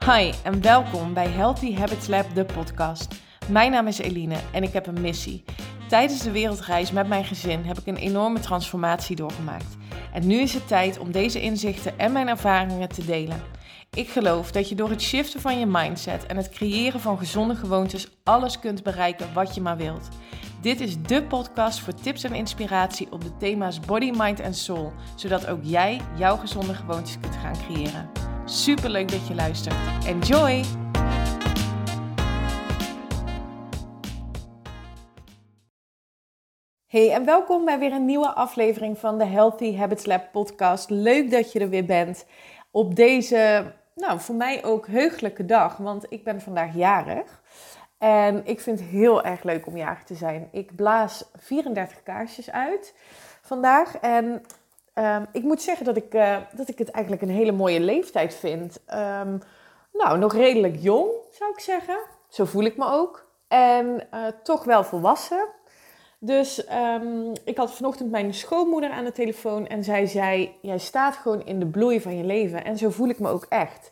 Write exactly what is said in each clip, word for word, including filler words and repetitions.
Hi en welkom bij Healthy Habits Lab, de podcast. Mijn naam is Eline en ik heb een missie. Tijdens de wereldreis met mijn gezin heb ik een enorme transformatie doorgemaakt. En nu is het tijd om deze inzichten en mijn ervaringen te delen. Ik geloof dat je door het shiften van je mindset en het creëren van gezonde gewoontes alles kunt bereiken wat je maar wilt. Dit is dé podcast voor tips en inspiratie op de thema's body, mind en soul, zodat ook jij jouw gezonde gewoontes kunt gaan creëren. Super leuk dat je luistert. Enjoy! Hey en welkom bij weer een nieuwe aflevering van de Healthy Habits Lab podcast. Leuk dat je er weer bent op deze, nou voor mij ook heugelijke dag, want ik ben vandaag jarig. En ik vind het heel erg leuk om jarig te zijn. Ik blaas vierendertig kaarsjes uit vandaag en Um, ik moet zeggen dat ik, uh, dat ik het eigenlijk een hele mooie leeftijd vind. Um, nou, nog redelijk jong, zou ik zeggen. Zo voel ik me ook. En uh, toch wel volwassen. Dus um, ik had vanochtend mijn schoonmoeder aan de telefoon en zij zei, jij staat gewoon in de bloei van je leven. En zo voel ik me ook echt.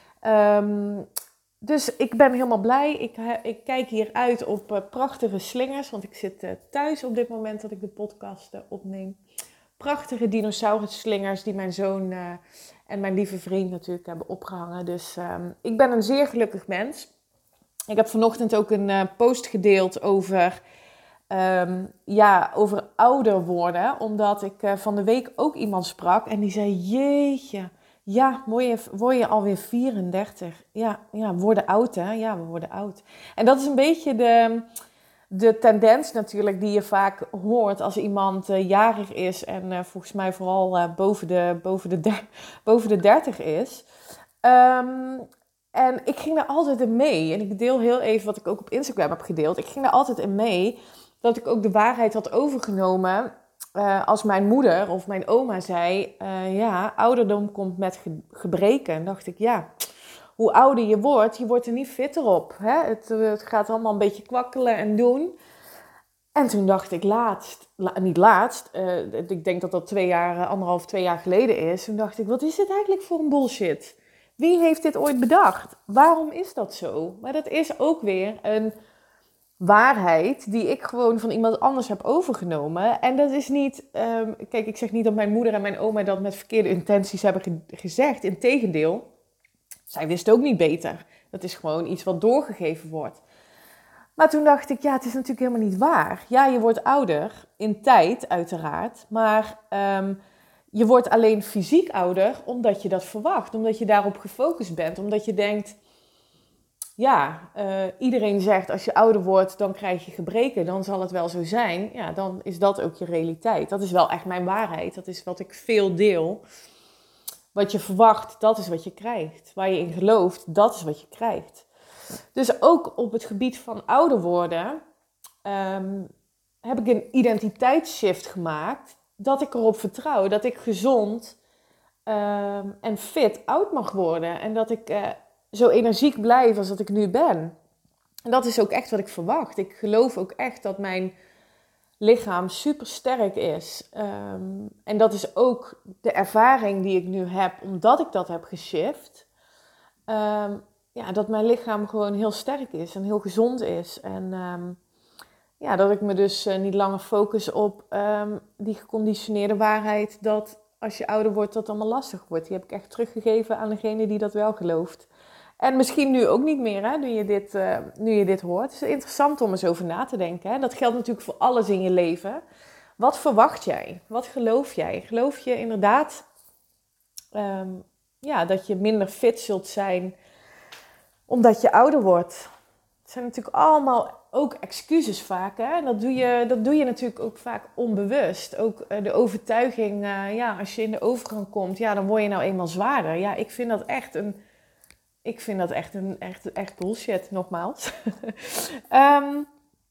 Um, dus ik ben helemaal blij. Ik, ik kijk hier uit op uh, prachtige slingers, want ik zit uh, thuis op dit moment dat ik de podcast uh, opneem. Prachtige dinosaurusslingers die mijn zoon uh, en mijn lieve vriend natuurlijk hebben opgehangen. Dus um, ik ben een zeer gelukkig mens. Ik heb vanochtend ook een uh, post gedeeld over, um, ja, over ouder worden. Omdat ik uh, van de week ook iemand sprak en die zei, jeetje, ja, word je, word je alweer vierendertig. Ja, ja, we worden oud hè. Ja, we worden oud. En dat is een beetje de... De tendens natuurlijk die je vaak hoort als iemand uh, jarig is en uh, volgens mij vooral uh, boven, de, boven, de der, boven de dertig is. Um, en ik ging daar altijd in mee. En ik deel heel even wat ik ook op Instagram heb gedeeld. Ik ging daar altijd in mee dat ik ook de waarheid had overgenomen. Uh, als mijn moeder of mijn oma zei, uh, ja, ouderdom komt met ge- gebreken. En dacht ik, ja... Hoe ouder je wordt, je wordt er niet fitter op. Hè? Het, het gaat allemaal een beetje kwakkelen en doen. En toen dacht ik laatst, la, niet laatst, uh, ik denk dat dat twee jaar, anderhalf, twee jaar geleden is. Toen dacht ik, wat is dit eigenlijk voor een bullshit? Wie heeft dit ooit bedacht? Waarom is dat zo? Maar dat is ook weer een waarheid die ik gewoon van iemand anders heb overgenomen. En dat is niet, um, kijk, ik zeg niet dat mijn moeder en mijn oma dat met verkeerde intenties hebben ge- gezegd. Integendeel. Zij wist ook niet beter. Dat is gewoon iets wat doorgegeven wordt. Maar toen dacht ik, ja, het is natuurlijk helemaal niet waar. Ja, je wordt ouder, in tijd uiteraard. Maar um, je wordt alleen fysiek ouder omdat je dat verwacht. Omdat je daarop gefocust bent. Omdat je denkt, ja, uh, iedereen zegt als je ouder wordt, dan krijg je gebreken. Dan zal het wel zo zijn. Ja, dan is dat ook je realiteit. Dat is wel echt mijn waarheid. Dat is wat ik veel deel. Wat je verwacht, dat is wat je krijgt. Waar je in gelooft, dat is wat je krijgt. Dus ook op het gebied van ouder worden um, heb ik een identiteitsshift gemaakt. Dat ik erop vertrouw dat ik gezond um, en fit oud mag worden. En dat ik uh, zo energiek blijf als dat ik nu ben. En dat is ook echt wat ik verwacht. Ik geloof ook echt dat mijn lichaam super sterk is. Um, en dat is ook de ervaring die ik nu heb, omdat ik dat heb geshift. Um, ja, dat mijn lichaam gewoon heel sterk is en heel gezond is. En um, ja, dat ik me dus uh, niet langer focus op um, die geconditioneerde waarheid dat als je ouder wordt, dat het allemaal lastig wordt. Die heb ik echt teruggegeven aan degene die dat wel gelooft. En misschien nu ook niet meer, hè, nu, je dit, uh, nu je dit hoort. Het is interessant om eens over na te denken. Hè. Dat geldt natuurlijk voor alles in je leven. Wat verwacht jij? Wat geloof jij? Geloof je inderdaad um, ja, dat je minder fit zult zijn omdat je ouder wordt? Het zijn natuurlijk allemaal ook excuses vaak. Hè? En dat doe, je, dat doe je natuurlijk ook vaak onbewust. Ook uh, de overtuiging, uh, ja, als je in de overgang komt, ja, dan word je nou eenmaal zwaarder. Ja, ik vind dat echt een... Ik vind dat echt, een, echt, echt bullshit, nogmaals. um,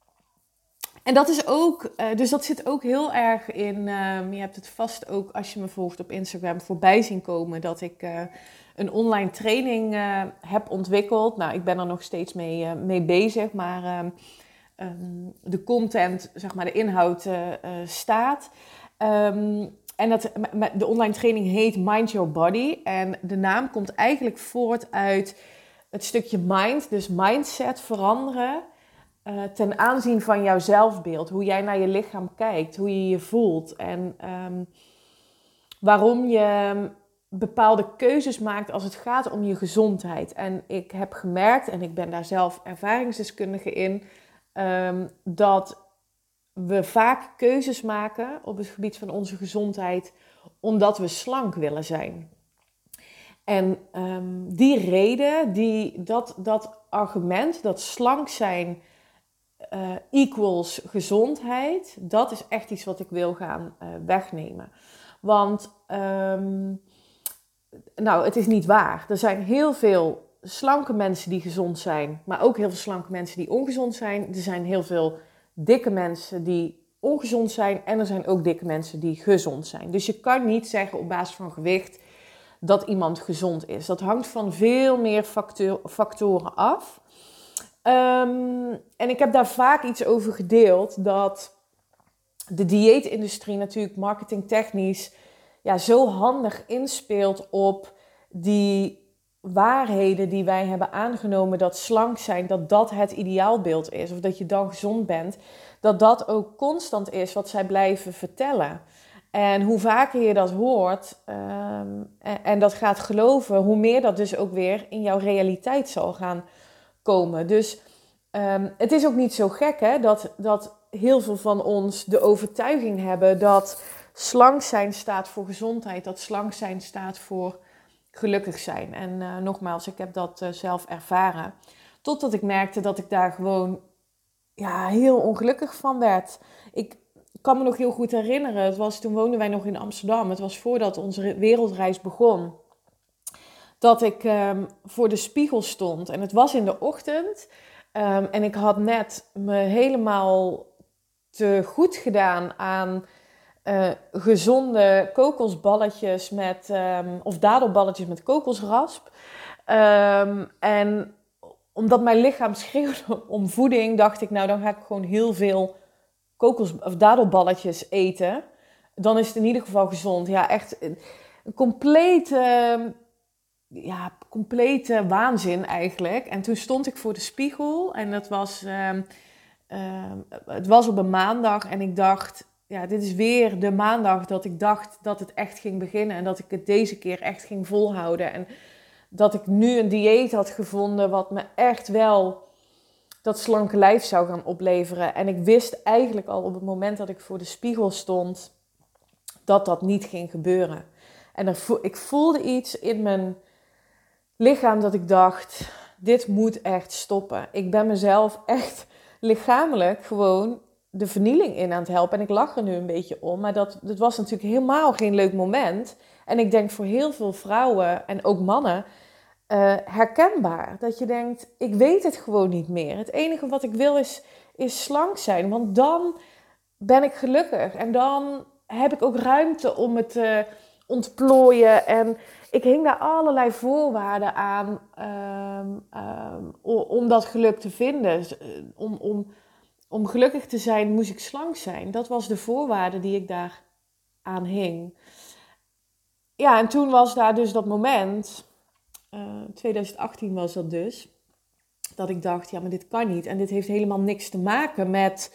en dat is ook, uh, dus dat zit ook heel erg in, um, je hebt het vast ook als je me volgt op Instagram voorbij zien komen, dat ik uh, een online training uh, heb ontwikkeld. Nou, ik ben er nog steeds mee, uh, mee bezig, maar um, um, de content, zeg maar de inhoud uh, uh, staat. Um, En dat, de online training heet Mind Your Body. En de naam komt eigenlijk voort uit het stukje mind, dus mindset veranderen uh, ten aanzien van jouw zelfbeeld. Hoe jij naar je lichaam kijkt, hoe je je voelt en um, waarom je bepaalde keuzes maakt als het gaat om je gezondheid. En ik heb gemerkt, en ik ben daar zelf ervaringsdeskundige in, um, dat we vaak keuzes maken op het gebied van onze gezondheid omdat we slank willen zijn. En um, die reden, die, dat, dat argument, dat slank zijn uh, equals gezondheid, dat is echt iets wat ik wil gaan uh, wegnemen. Want, um, nou, het is niet waar. Er zijn heel veel slanke mensen die gezond zijn, maar ook heel veel slanke mensen die ongezond zijn. Er zijn heel veel dikke mensen die ongezond zijn en er zijn ook dikke mensen die gezond zijn. Dus je kan niet zeggen op basis van gewicht dat iemand gezond is. Dat hangt van veel meer factor, factoren af. Um, en ik heb daar vaak iets over gedeeld, dat de dieetindustrie natuurlijk marketingtechnisch ja, zo handig inspeelt op die waarheden die wij hebben aangenomen, dat slank zijn, dat dat het ideaalbeeld is, of dat je dan gezond bent, dat dat ook constant is wat zij blijven vertellen. En hoe vaker je dat hoort um, en, en dat gaat geloven, hoe meer dat dus ook weer in jouw realiteit zal gaan komen. Dus um, het is ook niet zo gek hè, dat, dat heel veel van ons de overtuiging hebben dat slank zijn staat voor gezondheid, dat slank zijn staat voor gelukkig zijn. En uh, nogmaals, ik heb dat uh, zelf ervaren. Totdat ik merkte dat ik daar gewoon ja, heel ongelukkig van werd. Ik kan me nog heel goed herinneren, het was, toen woonden wij nog in Amsterdam. Het was voordat onze wereldreis begon. Dat ik um, voor de spiegel stond. En het was in de ochtend. Um, en ik had net me helemaal te goed gedaan aan uh, gezonde kokosballetjes met, um, of dadelballetjes met kokosrasp. Um, en omdat mijn lichaam schreeuwde om voeding, dacht ik, nou dan ga ik gewoon heel veel kokos of dadelballetjes eten. Dan is het in ieder geval gezond. Ja, echt een complete, ja, complete waanzin eigenlijk. En toen stond ik voor de spiegel en dat was, uh, uh, het was op een maandag en ik dacht, ja, dit is weer de maandag dat ik dacht dat het echt ging beginnen en dat ik het deze keer echt ging volhouden. En dat ik nu een dieet had gevonden wat me echt wel dat slanke lijf zou gaan opleveren. En ik wist eigenlijk al op het moment dat ik voor de spiegel stond dat dat niet ging gebeuren. En er vo- ik voelde iets in mijn lichaam dat ik dacht, dit moet echt stoppen. Ik ben mezelf echt lichamelijk gewoon de vernieling in aan het helpen. En ik lach er nu een beetje om, maar dat, dat was natuurlijk helemaal geen leuk moment. En ik denk voor heel veel vrouwen en ook mannen uh, herkenbaar. Dat je denkt, ik weet het gewoon niet meer. Het enige wat ik wil is, is slank zijn, want dan ben ik gelukkig. En dan heb ik ook ruimte om het te ontplooien. En ik hing daar allerlei voorwaarden aan um, um, om dat geluk te vinden. Om, om, om gelukkig te zijn moest ik slank zijn. Dat was de voorwaarde die ik daar aan hing. Ja, en toen was daar dus dat moment, uh, twintig achttien was dat dus, dat ik dacht, ja, maar dit kan niet. En dit heeft helemaal niks te maken met,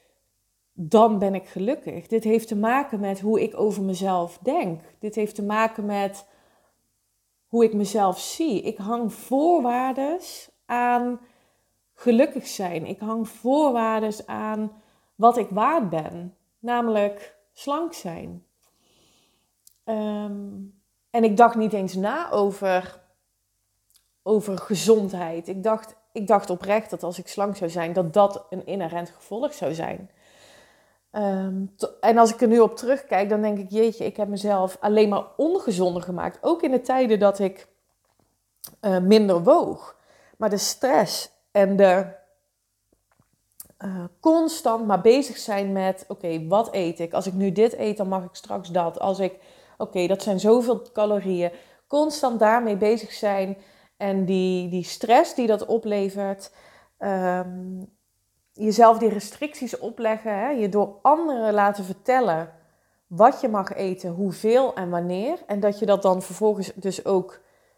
dan ben ik gelukkig. Dit heeft te maken met hoe ik over mezelf denk. Dit heeft te maken met hoe ik mezelf zie. Ik hang voorwaarden aan gelukkig zijn. Ik hang voorwaarden aan wat ik waard ben. Namelijk slank zijn. Um, en ik dacht niet eens na over, over gezondheid. Ik dacht, ik dacht oprecht dat als ik slank zou zijn, dat dat een inherent gevolg zou zijn. Um, to- en als ik er nu op terugkijk, dan denk ik, jeetje, ik heb mezelf alleen maar ongezonder gemaakt. Ook in de tijden dat ik uh, minder woog. Maar de stress en de uh, constant maar bezig zijn met, oké, okay, wat eet ik? Als ik nu dit eet, dan mag ik straks dat. Als ik, oké, okay, dat zijn zoveel calorieën. Constant daarmee bezig zijn en die, die stress die dat oplevert, Um, jezelf die restricties opleggen, hè? Je door anderen laten vertellen wat je mag eten, hoeveel en wanneer. En dat je dat dan vervolgens dus ook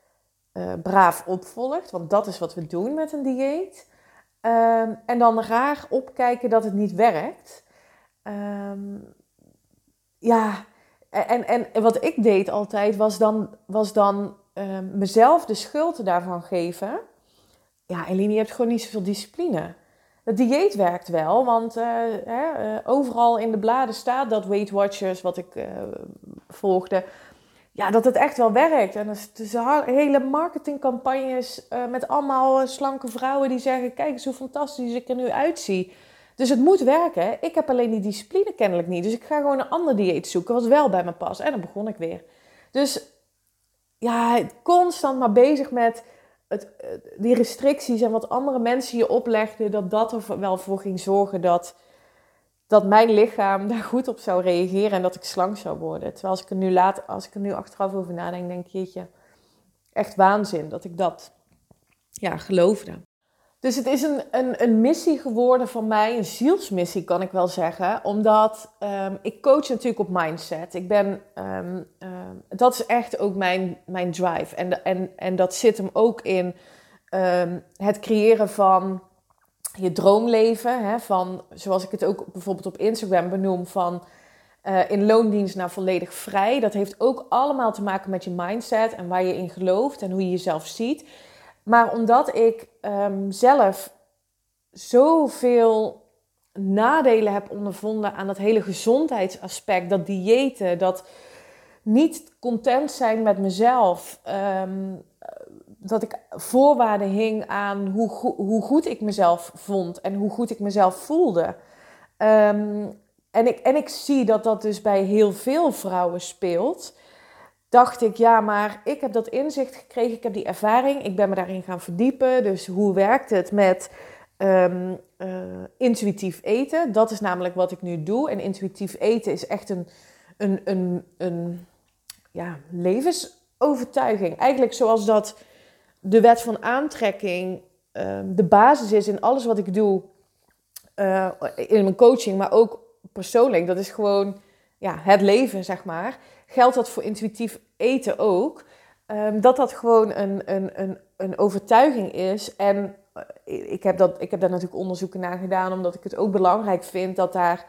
uh, braaf opvolgt. Want dat is wat we doen met een dieet. Um, en dan raar opkijken dat het niet werkt. Um, ja, en, en, en wat ik deed altijd was dan, was dan um, mezelf de schuld daarvan geven. Ja, Eline, je hebt gewoon niet zoveel discipline. Het dieet werkt wel, want uh, hè, uh, overal in de bladen staat dat Weight Watchers, wat ik uh, volgde, ja, dat het echt wel werkt. En dus, dus hele marketingcampagnes uh, met allemaal uh, slanke vrouwen die zeggen, kijk eens hoe fantastisch ik er nu uitzie. Dus het moet werken. Ik heb alleen die discipline kennelijk niet. Dus ik ga gewoon een ander dieet zoeken wat wel bij me past. En dan begon ik weer. Dus ja, constant maar bezig met het, die restricties en wat andere mensen je oplegden, dat dat er wel voor ging zorgen dat, dat mijn lichaam daar goed op zou reageren en dat ik slank zou worden. Terwijl als ik er nu, laat, als ik er nu achteraf over nadenk, denk ik, jeetje, echt waanzin dat ik dat ja, geloofde. Dus het is een, een, een missie geworden van mij, een zielsmissie kan ik wel zeggen. Omdat um, ik coach natuurlijk op mindset. Ik ben, um, um, dat is echt ook mijn, mijn drive. En, en, en dat zit hem ook in um, het creëren van je droomleven. Hè, van, zoals ik het ook bijvoorbeeld op Instagram benoem, van uh, in loondienst naar volledig vrij. Dat heeft ook allemaal te maken met je mindset en waar je in gelooft en hoe je jezelf ziet. Maar omdat ik um, zelf zoveel nadelen heb ondervonden aan dat hele gezondheidsaspect, dat diëten, dat niet content zijn met mezelf, um, dat ik voorwaarden hing aan hoe, go- hoe goed ik mezelf vond en hoe goed ik mezelf voelde. Um, en, ik, en ik zie dat dat dus bij heel veel vrouwen speelt. Dacht ik, ja, maar ik heb dat inzicht gekregen, ik heb die ervaring, ik ben me daarin gaan verdiepen. Dus hoe werkt het met um, uh, intuïtief eten? Dat is namelijk wat ik nu doe. En intuïtief eten is echt een, een, een, een ja, levensovertuiging. Eigenlijk zoals dat de wet van aantrekking um, de basis is in alles wat ik doe, uh, in mijn coaching, maar ook persoonlijk. Dat is gewoon ja, het leven, zeg maar. Geldt dat voor intuïtief eten ook. Um, dat dat gewoon een, een, een, een overtuiging is. En uh, ik, heb dat, ik heb daar natuurlijk onderzoeken naar gedaan, omdat ik het ook belangrijk vind dat daar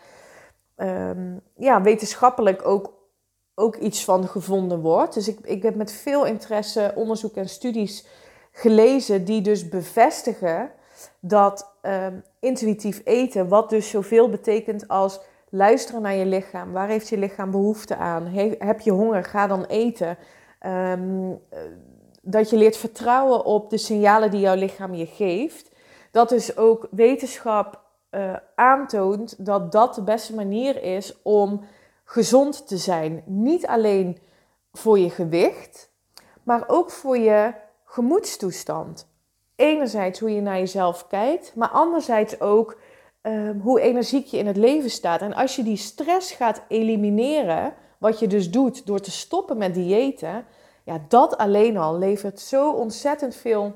um, ja, wetenschappelijk ook, ook iets van gevonden wordt. Dus ik, ik heb met veel interesse onderzoek en studies gelezen die dus bevestigen dat um, intuïtief eten, wat dus zoveel betekent als luisteren naar je lichaam. Waar heeft je lichaam behoefte aan? He, heb je honger? Ga dan eten. Um, dat je leert vertrouwen op de signalen die jouw lichaam je geeft. Dat dus ook wetenschap uh, aantoont dat dat de beste manier is om gezond te zijn. Niet alleen voor je gewicht, maar ook voor je gemoedstoestand. Enerzijds hoe je naar jezelf kijkt, maar anderzijds ook Um, hoe energiek je in het leven staat. En als je die stress gaat elimineren, wat je dus doet door te stoppen met diëten, ja, dat alleen al levert zo ontzettend veel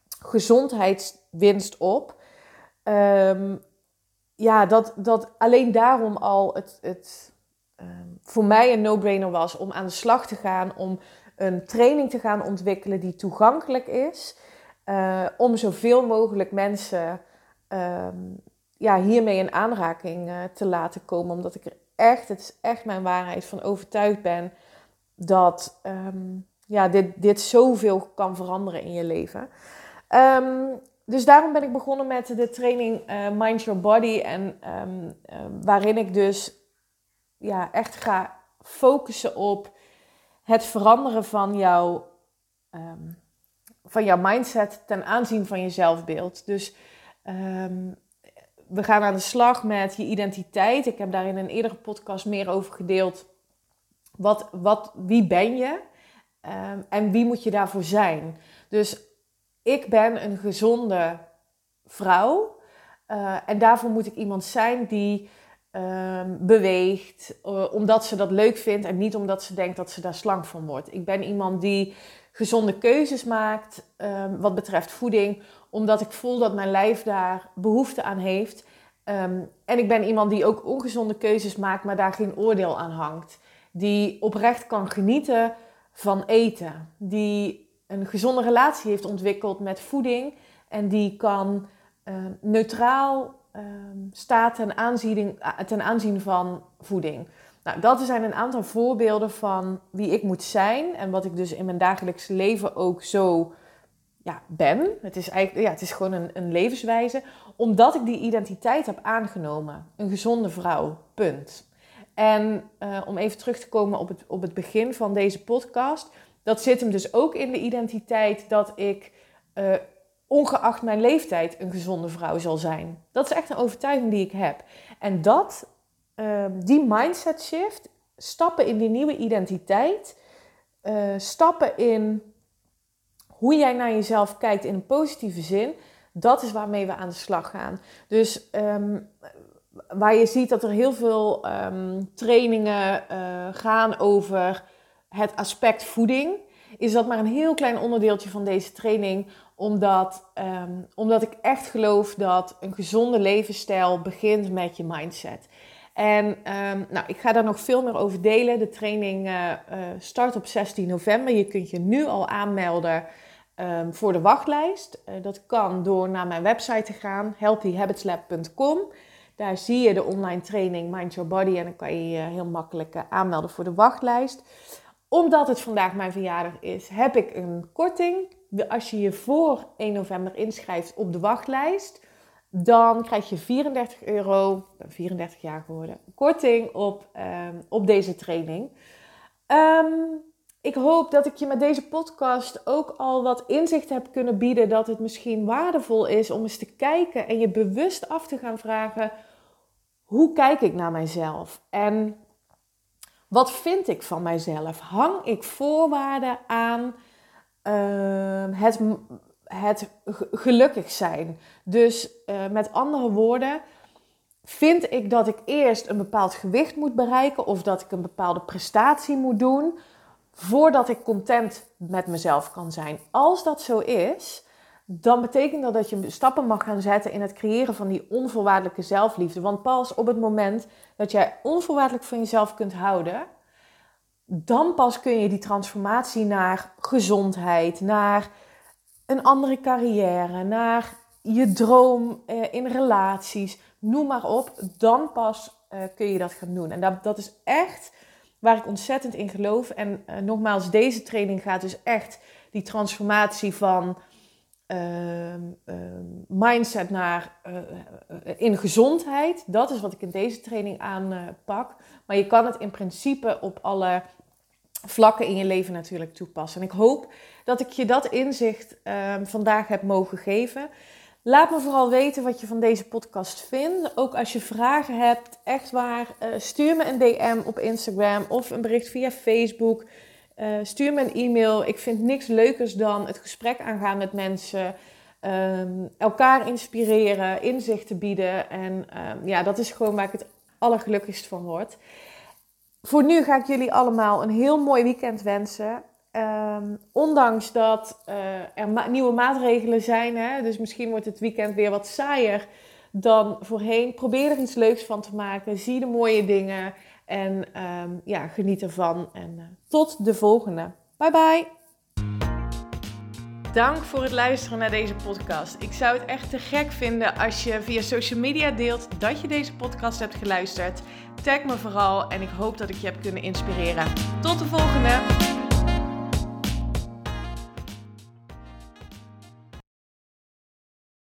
gezondheidswinst op. Um, ja, dat, dat alleen daarom al het, het um, voor mij een no-brainer was om aan de slag te gaan, om een training te gaan ontwikkelen die toegankelijk is, uh, om zoveel mogelijk mensen Um, ja, hiermee in aanraking uh, te laten komen. Omdat ik er echt, het is echt mijn waarheid, van overtuigd ben dat um, ja, dit, dit zoveel kan veranderen in je leven. Um, dus daarom ben ik begonnen met de training uh, Mind Your Body. En um, uh, waarin ik dus ja, echt ga focussen op het veranderen van jouw, um, van jouw mindset ten aanzien van je zelfbeeld. Dus Um, we gaan aan de slag met je identiteit. Ik heb daar in een eerdere podcast meer over gedeeld. Wat, wat, wie ben je? Um, en wie moet je daarvoor zijn? Dus ik ben een gezonde vrouw. Uh, en daarvoor moet ik iemand zijn die um, beweegt. Uh, omdat ze dat leuk vindt. En niet omdat ze denkt dat ze daar slank van wordt. Ik ben iemand die gezonde keuzes maakt. Um, wat betreft voeding. Omdat ik voel dat mijn lijf daar behoefte aan heeft. Um, en ik ben iemand die ook ongezonde keuzes maakt, maar daar geen oordeel aan hangt. Die oprecht kan genieten van eten. Die een gezonde relatie heeft ontwikkeld met voeding. En die kan uh, neutraal uh, staat ten aanzien, ten aanzien van voeding. Nou, dat zijn een aantal voorbeelden van wie ik moet zijn. En wat ik dus in mijn dagelijks leven ook zo ja, ben. Het is, eigenlijk, ja, het is gewoon een, een levenswijze. Omdat ik die identiteit heb aangenomen. Een gezonde vrouw, punt. En uh, om even terug te komen op het, op het begin van deze podcast. Dat zit hem dus ook in de identiteit dat ik uh, ongeacht mijn leeftijd een gezonde vrouw zal zijn. Dat is echt een overtuiging die ik heb. En dat, uh, die mindset shift, stappen in die nieuwe identiteit, uh, stappen in hoe jij naar jezelf kijkt in een positieve zin, dat is waarmee we aan de slag gaan. Dus um, waar je ziet dat er heel veel um, trainingen uh, gaan over het aspect voeding, is dat maar een heel klein onderdeeltje van deze training, omdat, um, omdat ik echt geloof dat een gezonde levensstijl begint met je mindset. En um, nou, ik ga daar nog veel meer over delen. De training uh, uh, start op zestien november. Je kunt je nu al aanmelden um, voor de wachtlijst. Uh, dat kan door naar mijn website te gaan, healthy habits lab punt com. Daar zie je de online training Mind Your Body en dan kan je je heel makkelijk uh, aanmelden voor de wachtlijst. Omdat het vandaag mijn verjaardag is, heb ik een korting. Als je je voor één november inschrijft op de wachtlijst, dan krijg je vierendertig euro, ik ben vierendertig jaar geworden, korting op, um, op deze training. Um, ik hoop dat ik je met deze podcast ook al wat inzicht heb kunnen bieden, dat het misschien waardevol is om eens te kijken en je bewust af te gaan vragen, hoe kijk ik naar mijzelf? En wat vind ik van mijzelf? Hang ik voorwaarden aan uh, het, het gelukkig zijn? Dus uh, met andere woorden, vind ik dat ik eerst een bepaald gewicht moet bereiken of dat ik een bepaalde prestatie moet doen voordat ik content met mezelf kan zijn? Als dat zo is, dan betekent dat dat je stappen mag gaan zetten in het creëren van die onvoorwaardelijke zelfliefde. Want pas op het moment dat jij onvoorwaardelijk van jezelf kunt houden, dan pas kun je die transformatie naar gezondheid, naar een andere carrière, naar je droom eh, in relaties, noem maar op. Dan pas uh, kun je dat gaan doen. En dat, dat is echt waar ik ontzettend in geloof. En uh, nogmaals, deze training gaat dus echt die transformatie van Uh, uh, mindset naar uh, uh, in gezondheid. Dat is wat ik in deze training aanpak. Uh, maar je kan het in principe op alle vlakken in je leven natuurlijk toepassen. En ik hoop dat ik je dat inzicht uh, vandaag heb mogen geven. Laat me vooral weten wat je van deze podcast vindt. Ook als je vragen hebt, echt waar, uh, stuur me een D M op Instagram of een bericht via Facebook. Uh, stuur me een e-mail. Ik vind niks leukers dan het gesprek aangaan met mensen. Um, elkaar inspireren, inzichten bieden. En um, ja, dat is gewoon waar ik het allergelukkigst van word. Voor nu ga ik jullie allemaal een heel mooi weekend wensen. Um, ondanks dat uh, er ma- nieuwe maatregelen zijn. Hè, dus misschien wordt het weekend weer wat saaier dan voorheen. Probeer er iets leuks van te maken. Zie de mooie dingen. En um, ja, geniet ervan. En uh, tot de volgende. Bye bye. Dank voor het luisteren naar deze podcast. Ik zou het echt te gek vinden als je via social media deelt dat je deze podcast hebt geluisterd. Tag me vooral en ik hoop dat ik je heb kunnen inspireren. Tot de volgende.